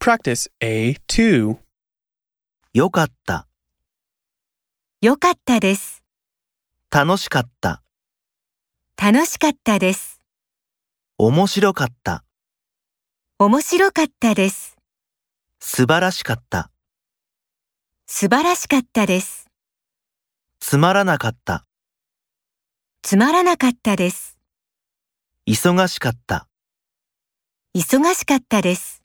Practice A2. よかった、 よかったです。 楽しかった、 楽しかったです。 面白かった、 面白かったです。 素晴らしかった、 素晴らしかったです。 つまらなかった、 つまらなかったです。 忙しかった。 忙しかったです。